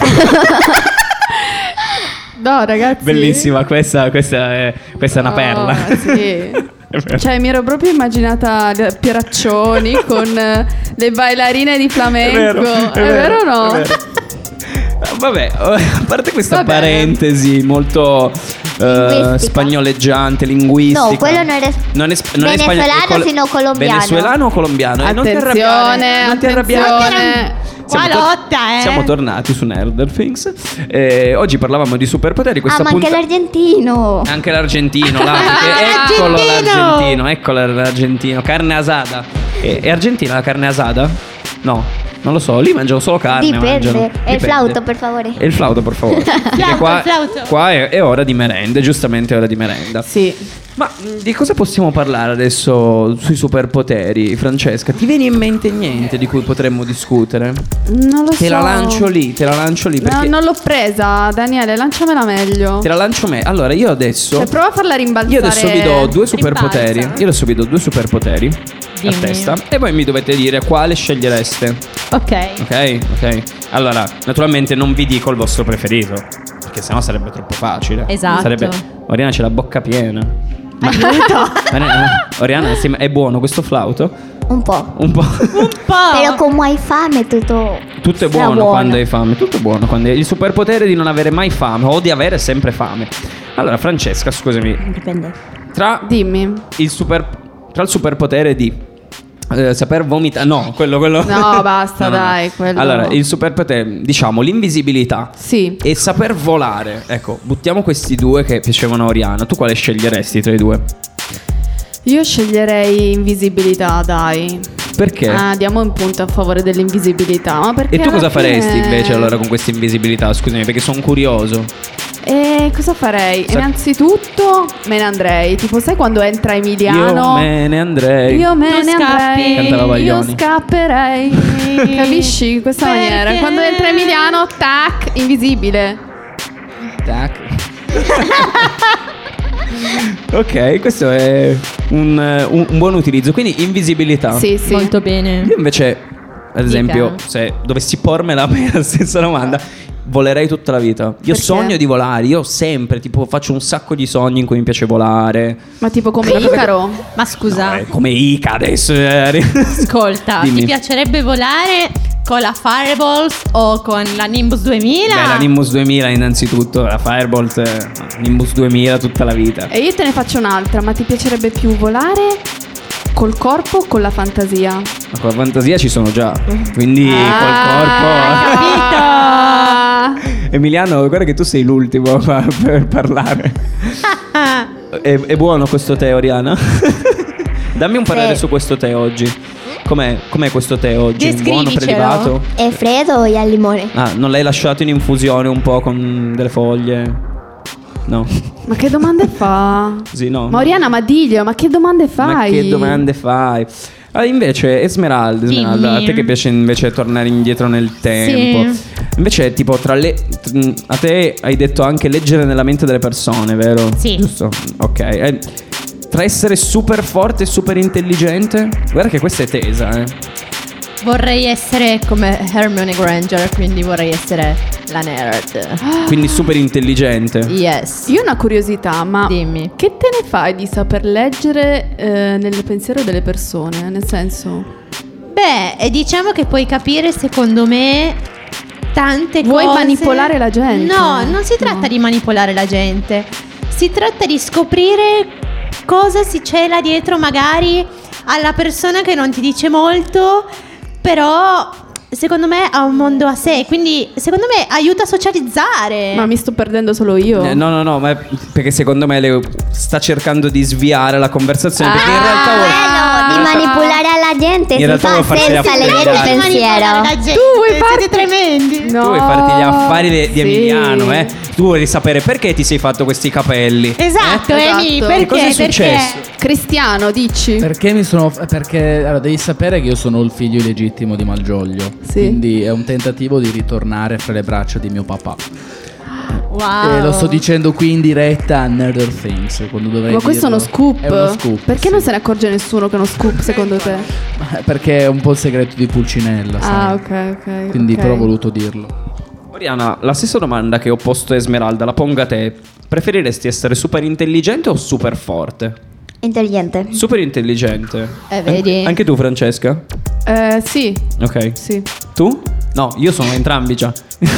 No, ragazzi. Bellissima, questa, questa, è, questa è una Oh, perla. sì. Cioè, mi ero proprio immaginata le Pieraccioni con eh, le bailarine di flamenco. È vero, È vero o no? è vero. Vabbè, a parte questa Vabbè. parentesi molto eh, Linguistica. spagnoleggiante, linguistica. No, quello non è- non è, sp- non è venezuelano, spagno- è col- sino colombiano. Venezuelano o colombiano? Eh, non ti arrabbiare, Attenzione, non ti arrabbiare. attenzione. Qua Siamo, lotta, eh. siamo tornati su Nerder Things. Eh, oggi parlavamo di superpoteri. Ah, Questa ma anche punta- l'argentino. Anche l'argentino, là, perché eccolo l'argentino, eccolo l'argentino, carne asada. È, è argentina la carne asada? No, non lo so, lì mangiano solo carne. Dipende. mangiano. E il Dipende. flauto, per favore. E il flauto, per favore. Perché Flauto, qua, flauto. qua è, è ora di merende, giustamente è ora di merenda. Sì. Ma mh, di cosa possiamo parlare adesso sui superpoteri, Francesca? Ti viene in mente niente di cui potremmo discutere? Non lo so. Te la lancio lì, te la lancio lì No, perché non l'ho presa, Daniele, lanciamela meglio. te la lancio me. Allora, io adesso Cioè, prova a farla rimbalzare. Io adesso vi do due superpoteri. Rimbalza. Io adesso vi do due superpoteri Dimmi. a testa e voi mi dovete dire quale scegliereste. Ok. Ok? Ok. Allora, naturalmente non vi dico il vostro preferito, perché sennò sarebbe troppo facile. Esatto. Sarebbe Oriana c'è la bocca piena. Aiuto. Oriana, Oriana, sì, è buono questo flauto? Un po'. Un po'. Un po'. Però come hai fame tutto... Tutto è sarà buono quando hai fame, tutto è buono quando hai il superpotere di non avere mai fame o di avere sempre fame. Allora, Francesca, scusami, Dipende. tra Dimmi. il super tra il superpotere di eh, saper vomitare, no, quello quello No, basta, dai, quello- Allora, il superpotere, diciamo, l'invisibilità Sì. e saper volare. Ecco, buttiamo questi due che piacevano a Oriana. Tu quale sceglieresti tra i due? Io sceglierei invisibilità, dai. Perché? Ah, diamo un punto a favore dell'invisibilità. Ma perché E tu alla cosa fine- faresti invece allora con questa invisibilità? Scusami, perché sono curioso. E cosa farei? Sa- Innanzitutto me ne andrei. Tipo, sai quando entra Emiliano? Io me ne andrei. Io me Tu ne scappi. andrei. Cantava Io Baglioni. scapperei. Capisci? In questa Perché? maniera. Quando entra Emiliano, tac, invisibile. Tac. Ok, questo è un, un- un buon utilizzo. Quindi invisibilità. Sì, sì. Molto bene. Io invece, ad esempio, Dica. se dovessi pormela a me la stessa domanda, volerei tutta la vita. Io Perché? sogno di volare, io sempre, tipo, faccio un sacco di sogni in cui mi piace volare. Ma tipo come Icaro? Ma scusa, Eh, come Ica adesso. eh. ascolta, Dimmi. ti piacerebbe volare con la Firebolt o con la Nimbus duemila? Beh, la Nimbus duemila innanzitutto, la Firebolt, eh, Nimbus duemila tutta la vita. E io te ne faccio un'altra, ma ti piacerebbe più volare col corpo o con la fantasia? Ma con la fantasia ci sono già, quindi Ah, col corpo. Emiliano, guarda che tu sei l'ultimo pa- per parlare. è, è buono questo tè, Oriana? Dammi un parere Sì. su questo tè oggi. Com'è, com'è questo tè oggi? Buono, Descrivicelo. prelibato? È freddo e al limone. Ah, non l'hai lasciato in infusione un po' con delle foglie? No. Ma che domande fa? Sì, no. Ma Oriana, ma diglielo, ma che domande fai? Ma che domande fai? Ah, invece Esmeralda, Esmeralda, Dimmi. a te che piace invece tornare indietro nel tempo. Sì. Invece tipo tra le t- a te hai detto anche leggere nella mente delle persone, vero? Sì. Giusto. Ok. Eh, tra essere super forte e super intelligente? Guarda che questa è tesa, eh. Vorrei essere come Hermione Granger, quindi vorrei essere la nerd. Quindi super intelligente. Yes. Io ho una curiosità, ma Dimmi. che te ne fai di saper leggere eh, nel pensiero delle persone? Nel senso, Beh, e diciamo che puoi capire, secondo me, tante Vuoi cose. manipolare la gente? No, non si tratta No. di manipolare la gente. Si tratta di scoprire cosa si cela dietro magari alla persona che non ti dice molto, però secondo me ha un mondo a sé, quindi secondo me aiuta a socializzare. ma mi sto perdendo solo io? Eh, no, no, no, ma è perché secondo me lei sta cercando di sviare la conversazione. Perché in Ah, realtà vuole. Bello, di manipolare la gente In si realtà fa vuoi farsi senza la leggere il fregata. pensiero. Tu vuoi siete farti- tremendi. No. Tu vuoi farti gli affari de- di Sì. Emiliano, eh? Tu vuoi sapere perché ti sei fatto questi capelli. Esatto, Eh? Emi, Esatto. perché? Che cosa è Perché? successo? Cristiano, dici? Perché mi sono. Perché allora, devi sapere che io sono il figlio illegittimo di Malgioglio. Sì. Quindi è un tentativo di ritornare fra le braccia di mio papà. Wow. E lo sto dicendo qui in diretta a Nerder Things. Quando dovrei Ma questo è uno dirlo. scoop. È uno scoop. Perché sì. non se ne accorge nessuno che è uno scoop secondo te? Perché è un po' il segreto di Pulcinella. Ah, sai? ok, ok. Quindi ok. però ho voluto dirlo. Oriana, la stessa domanda che ho posto a Esmeralda la pongo a te. Preferiresti essere super intelligente o super forte? Intelligente. Super intelligente. Eh, vedi? An- anche tu, Francesca? Eh, sì, Ok. sì. Tu? No, io sono entrambi già.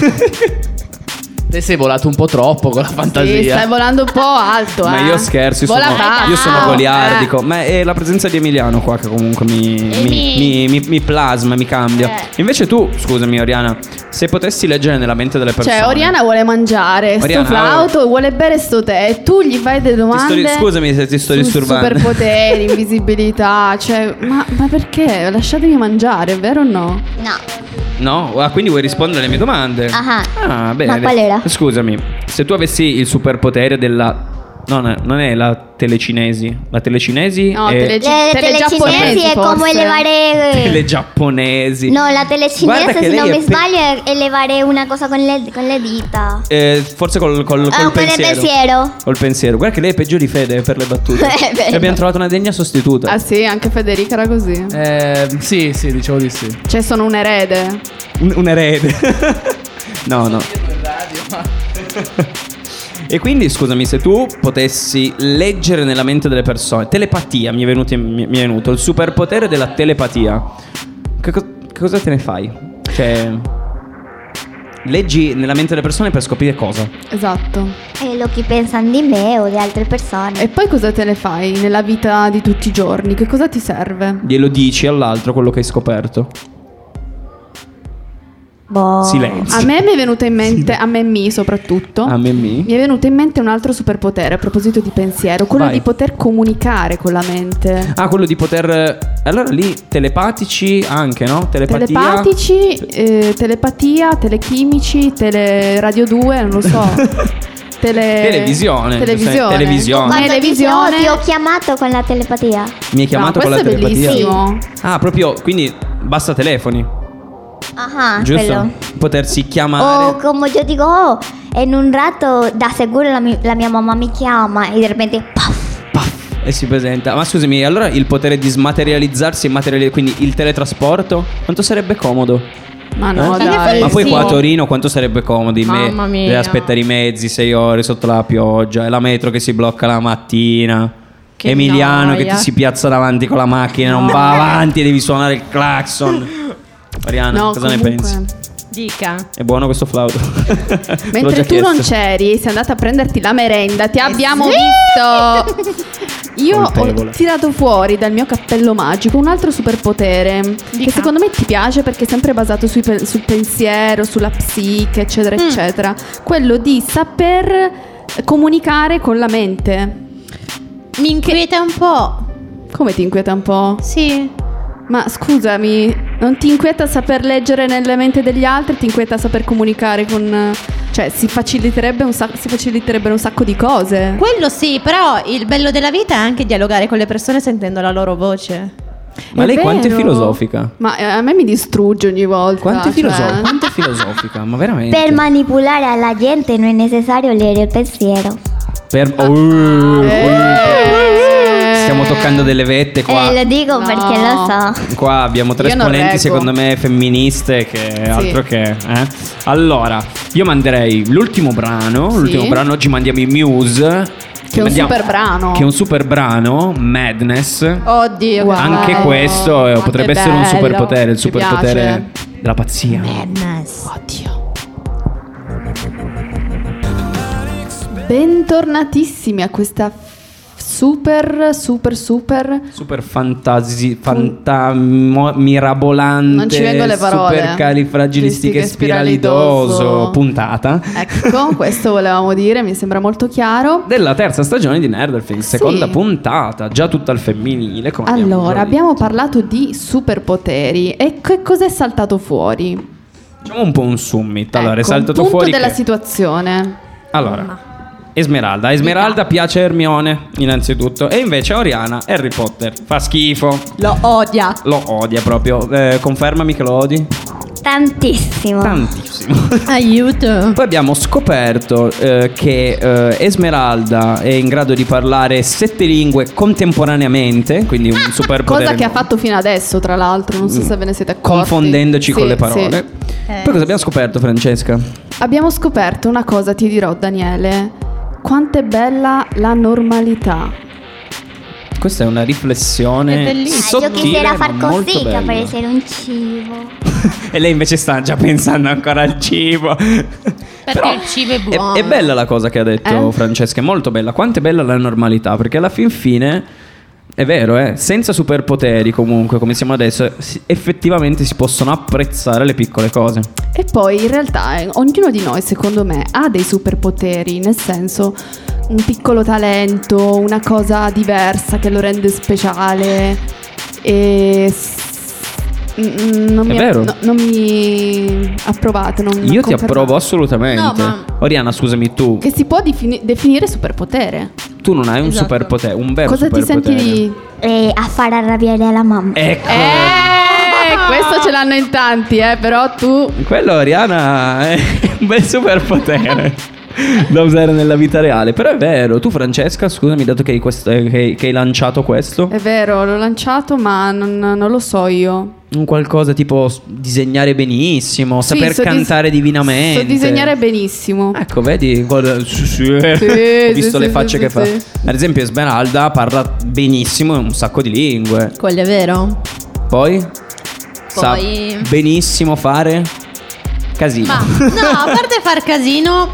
Te sei volato un po' troppo con la Sì, fantasia. stai volando un po' alto, Ma eh. io scherzo, io Vola sono, basso. io sono goliardico. Eh. Ma è la presenza di Emiliano qua che comunque mi, mi, Emi. mi, mi- mi plasma, mi cambia. Eh. Invece tu, scusami Oriana, se potessi leggere nella mente delle persone. Cioè, Oriana vuole mangiare Oriana, sto flauto, vuole bere sto tè e tu gli fai delle Ti sto domande. ri- scusami se ti sto su disturbando. superpoteri, invisibilità, cioè, ma, ma perché? Lasciatemi mangiare, vero o no? No. No? Ah, quindi vuoi rispondere alle mie domande? Ah. Ah, bene. Ma qual era? Scusami, se tu avessi il superpotere della. No, no, non è la telecinesi. La telecinesi No, è. tele- Le telegiapponesi, telecinesi è come forse. elevare. Tele giapponesi. No, la Guarda telecinese, che se lei non è mi pe- sbaglio, è elevare una cosa con le, con le dita. Eh, forse col, col, Ah, col un po' di pensiero. pensiero. Col pensiero. Guarda che lei è peggio di Fede per le battute. È vero. E abbiamo trovato una degna sostituta. Ah sì, anche Federica era così. Eh, sì, sì, dicevo di sì. Cioè, sono un erede. Un, un erede. No, no. E quindi scusami, se tu potessi leggere nella mente delle persone, telepatia mi è venuto, mi, mi è venuto il superpotere della telepatia. Che, co- che cosa te ne fai? Cioè, leggi nella mente delle persone per scoprire cosa? Esatto. E lo che pensano di me o di altre persone. E poi cosa te ne fai nella vita di tutti i giorni? Che cosa ti serve? Glielo dici all'altro quello che hai scoperto. Boh. Silenzio. A me mi è venuto in mente, a me mi soprattutto, A me mi. mi è venuto in mente un altro superpotere a proposito di pensiero, quello Vai. di poter comunicare con la mente. Ah, quello di poter. Allora lì telepatici anche, no? Telepatia. Telepatici, eh, telepatia, telechimici, tele Radio due, non lo so. Tele... Televisione. Televisione. Televisione. Quando dici, Televisione. "Oh, ti ho chiamato con la telepatia." Mi hai chiamato No, con la questo è telepatia. bellissimo. Ah, proprio, quindi basta telefoni, Ah, giusto? quello. Potersi chiamare. O come io dico, oh, in un rato da sicuro la, mi- la mia mamma mi chiama e di repente paf. Paf, e si presenta. Ma scusami, allora il potere di smaterializzarsi e materiali- quindi il teletrasporto, quanto sarebbe comodo? Ma no, Eh? dai. Ma poi sì. qua a Torino quanto sarebbe comodo? In me- Mamma mia. devi aspettare i mezzi sei ore sotto la pioggia, e la metro che si blocca la mattina. Che Emiliano che noia. ti si piazza davanti con la macchina, non va avanti e devi suonare il clacson. Oriana, No, cosa ne comunque- pensi? Dica. È buono questo flauto? Te l'ho Mentre già tu non chiesto. c'eri, sei andata a prenderti la merenda, Eh ti abbiamo visto. Io Colpevole. ho tirato fuori dal mio cappello magico un altro superpotere che Dica. secondo me ti piace perché è sempre basato sui pe- sul pensiero, sulla psiche, eccetera, Mm. eccetera. Quello di saper comunicare con la mente. Mi inquieta un po'. Come ti inquieta un po'? Sì. Ma scusami, non ti inquieta saper leggere nelle mente degli altri, ti inquieta saper comunicare con... Cioè, si faciliterebbe un sacco, si faciliterebbero un sacco di cose. Quello sì, però il bello della vita è anche dialogare con le persone sentendo la loro voce. Ma È lei quanto è vero. filosofica? Ma eh, a me mi distrugge ogni volta. Quanto è, cioè- filosofica? Quanto è filosofica? Ma veramente? Per manipolare a la gente non è necessario leer il pensiero. Per- Uh, Eh. Stiamo toccando delle vette qua. Eh, lo dico No. perché lo so. Qua abbiamo tre Io non esponenti reggo. secondo me femministe che altro che eh? Allora io manderei l'ultimo brano. Sì. L'ultimo brano oggi mandiamo i Muse, Che è un super brano. Che è un super brano, Madness. Oddio, Wow. Anche questo eh, quanto potrebbe è essere un bello. superpotere, il Mi superpotere della pazzia. Madness. Oddio. Bentornatissimi a questa super, super, super... Super fantasi, fanta, mo- mirabolante, Non ci vengono le parole. supercalifragilistiche Spiralidoso. spiralidoso puntata Ecco, questo volevamo dire, mi sembra molto chiaro. della terza stagione di Nerdlefing, seconda puntata, già tutta al femminile. Come abbiamo Allora, già abbiamo detto. parlato di superpoteri e che cos'è saltato fuori? Facciamo un po' un summit. Allora, è Ecco, saltato un punto fuori della che- situazione. Allora, Esmeralda. A Esmeralda piace Hermione, innanzitutto. E invece a Oriana Harry Potter fa schifo. Lo odia. Lo odia proprio. Eh, confermami che lo odi? Tantissimo. Tantissimo. Aiuto. Poi abbiamo scoperto eh, che eh, Esmeralda è in grado di parlare sette lingue contemporaneamente, quindi un superpotere. Cosa che ha fatto fino adesso, tra l'altro, non so se ve ne siete accorti. Confondendoci con Sì, le parole. sì. Eh, Poi cosa abbiamo scoperto, Francesca? Abbiamo scoperto una cosa, ti dirò, Daniele. Quanto è bella la normalità. Questa è una riflessione È bellissimo. Ah, io sottile, quisiera far ma molto così bella. per essere un cibo. E lei invece sta già pensando ancora al cibo. Perché il cibo è buono. È, bella la cosa che ha detto Eh? Francesca, è molto bella. Quanto è bella la normalità, perché alla fin fine è vero, eh, senza superpoteri comunque, come siamo adesso, si- effettivamente si possono apprezzare le piccole cose. E poi in realtà eh, ognuno di noi, secondo me, ha dei superpoteri, nel senso un piccolo talento, una cosa diversa che lo rende speciale. E s- mm, non È mi vero. no- non mi approvate, non Io ti confermate. approvo assolutamente. No, ma- Oriana, scusami, tu Che si può defini- definire superpotere. tu non hai un Esatto. superpotere, un vero Cosa ti superpotere. senti di... E a far arrabbiare la mamma. Ecco. Eh, questo ce l'hanno in tanti, eh, però tu... Quello, Oriana, è un bel superpotere da usare nella vita reale. Però è vero, tu Francesca, scusami, dato che hai, questo- che hai- che hai lanciato questo, È vero, l'ho lanciato, ma non, non lo so io. un qualcosa tipo s- disegnare benissimo, Sì, saper so dis- cantare divinamente. So disegnare benissimo. Ecco, vedi, guarda, sì, sì, eh. Sì, ho sì, visto sì, le facce sì, che sì, fa. sì. Ad esempio Esmeralda parla benissimo un sacco di lingue. Quello è vero. Poi, sa Poi- benissimo fare casino. Ma no, a parte far casino,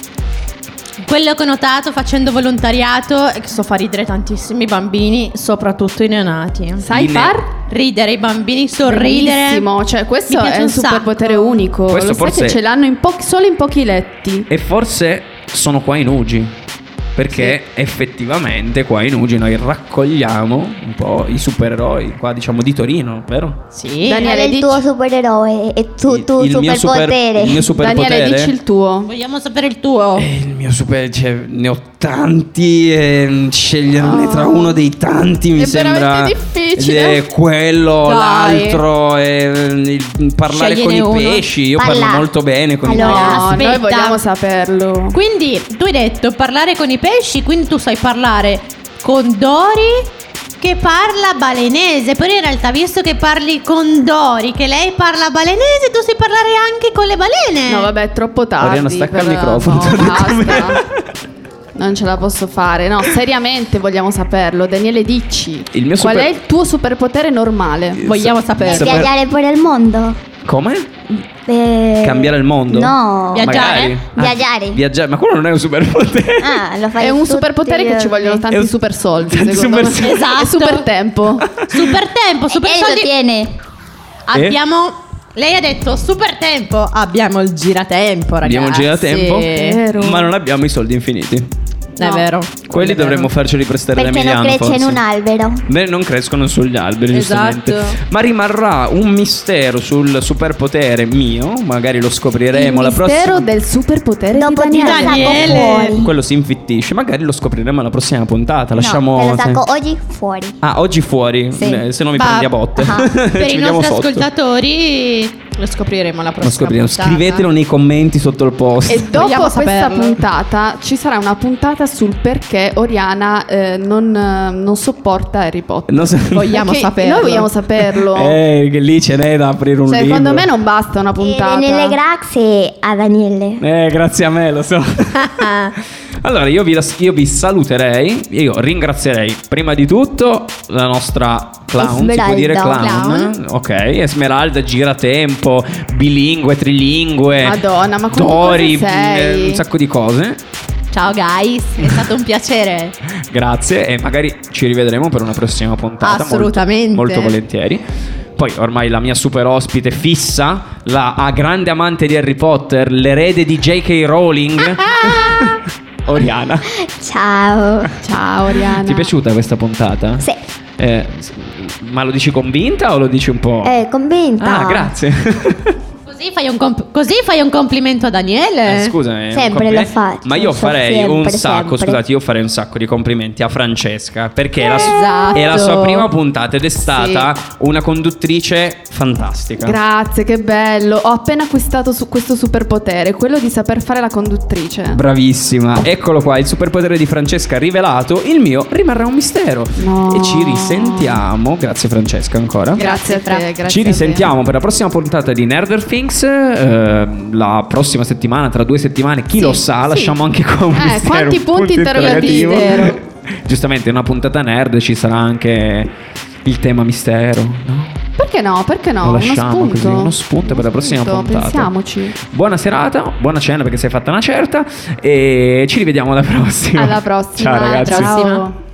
quello che ho notato facendo volontariato è che so far ridere tantissimi bambini, soprattutto i neonati. Sai Linea- far? Ridere i bambini, sorridere. Benissimo, cioè questo Mi piace è un un superpotere sacco. unico. Questo Lo sai forse- che ce l'hanno in pochi- solo in pochi letti. E forse sono qua in Ugi. Perché effettivamente qua in Ugi noi raccogliamo un po' i supereroi qua, diciamo, di Torino, vero? Sì. Daniele, Qual è il dici- tuo supereroe e tu, Il- tu il mio super- superpotere. il mio superpotere. Daniele, dici il tuo. Vogliamo sapere il tuo. Eh, il mio super, cioè, ne ho tanti e sceglierne tra uno dei tanti mi È sembra veramente difficile. eh, quello, Dai. l'altro, eh, il parlare Scegliene con uno. i pesci. Io Parla. parlo molto bene con Allora, i pesci. No, aspetta. noi vogliamo saperlo. Quindi tu hai detto parlare con i pesci, quindi tu sai parlare con Dori che parla balenese. Però in realtà, visto che parli con Dori, che lei parla balenese, tu sai parlare anche con le balene. No, vabbè, è troppo tardi. Oriana, stacca per- il microfono. No, basta. Non ce la posso fare. No, seriamente vogliamo saperlo. Daniele, dici. Il mio Qual super- è il tuo superpotere normale? Vogliamo E sapere. Saper- viaggiare per il mondo. Come? Eh, Cambiare il mondo? No. Viaggiare? Magari. Ah, Viaggiare. Viaggiare, ma quello non è un superpotere. Ah, lo fai È un tutti superpotere i che ci vogliono giorni. tanti È un- super soldi, tanti secondo super me. soldi. Esatto. È super tempo. Super tempo, super E lo soldi. tiene. Abbiamo. Lei ha detto super tempo. Abbiamo il giratempo, ragazzi. Abbiamo il giratempo, Vero. ma non abbiamo i soldi infiniti. È No. vero. Quelli È vero. dovremmo farceli prestare da Perché non Emiliano, cresce in forse. un albero. Beh, non crescono sugli alberi, Esatto. giustamente. Ma rimarrà un mistero sul superpotere mio. Magari lo scopriremo Il la mistero prossima. del superpotere Dopo di ti lo Daniele. Daniele. sacco fuori. Quello si infittisce. Magari lo scopriremo alla prossima puntata. Lasciamo. No, te lo sacco oggi fuori. Ah, oggi fuori. Sì. Eh, Se no mi Va- prendi a botte. Ah. Ci Per i vediamo nostri sotto. ascoltatori lo scopriremo alla Lo prossima scopriremo. puntata. Scrivetelo nei commenti sotto il post. E dopo Vogliamo questa saperlo. puntata ci sarà una puntata sul perché Oriana eh, non, eh, non sopporta Harry Potter. Non so- Vogliamo Che saperlo. Noi vogliamo saperlo. Eh, che lì ce n'è da aprire un Cioè, libro. secondo me non basta una puntata. E nelle grazie a Daniele. Eh, grazie a me, lo so. Allora, io vi, io vi saluterei. Io ringrazierei prima di tutto la nostra clown. Si può Esmeralda. dire clown? Clown. Ok, Esmeralda, giratempo, bilingue, trilingue. Madonna, ma quante Dori, cose sei? eh, un sacco di cose. Ciao guys, è stato un piacere. Grazie e magari ci rivedremo per una prossima puntata. Assolutamente. Molto, molto volentieri. Poi ormai la mia super ospite fissa, la ah, grande amante di Harry Potter, l'erede di J K Rowling, Oriana. Ciao. Ciao Oriana. Ti è piaciuta questa puntata? Sì. Eh, s- ma lo dici convinta o lo dici un po'? Eh, convinta. Ah, grazie. Così fai un, comp- così fai un complimento a Daniele. Eh, scusami, è un Sempre complime- lo faccio, Ma io so farei sempre, un sacco, sempre. scusate, io farei un sacco di complimenti a Francesca perché è la, su- Esatto. è la sua prima puntata ed è stata una conduttrice fantastica. Grazie, che bello. Ho appena acquistato su questo superpotere, quello di saper fare la conduttrice. Bravissima, eccolo qua, il superpotere di Francesca rivelato, il mio rimarrà un mistero. No. E ci risentiamo, grazie Francesca ancora. Grazie a te, Fra. grazie Ci a te. risentiamo per la prossima puntata di Nerder Things, eh, la prossima settimana, tra due settimane, chi Sì, lo sa, sì. lasciamo anche qua un Eh, mistero, quanti un punti punto interrogativi? interrogativo. Giustamente in una puntata nerd ci sarà anche il tema mistero, no? Perché no? Perché no? Lo Uno lasciamo spunto. così, uno spunto per la prossima spunto, puntata. Pensiamoci. Buona serata, buona cena perché sei fatta una certa e ci rivediamo alla prossima. Alla prossima. Ciao ragazzi. Ciao.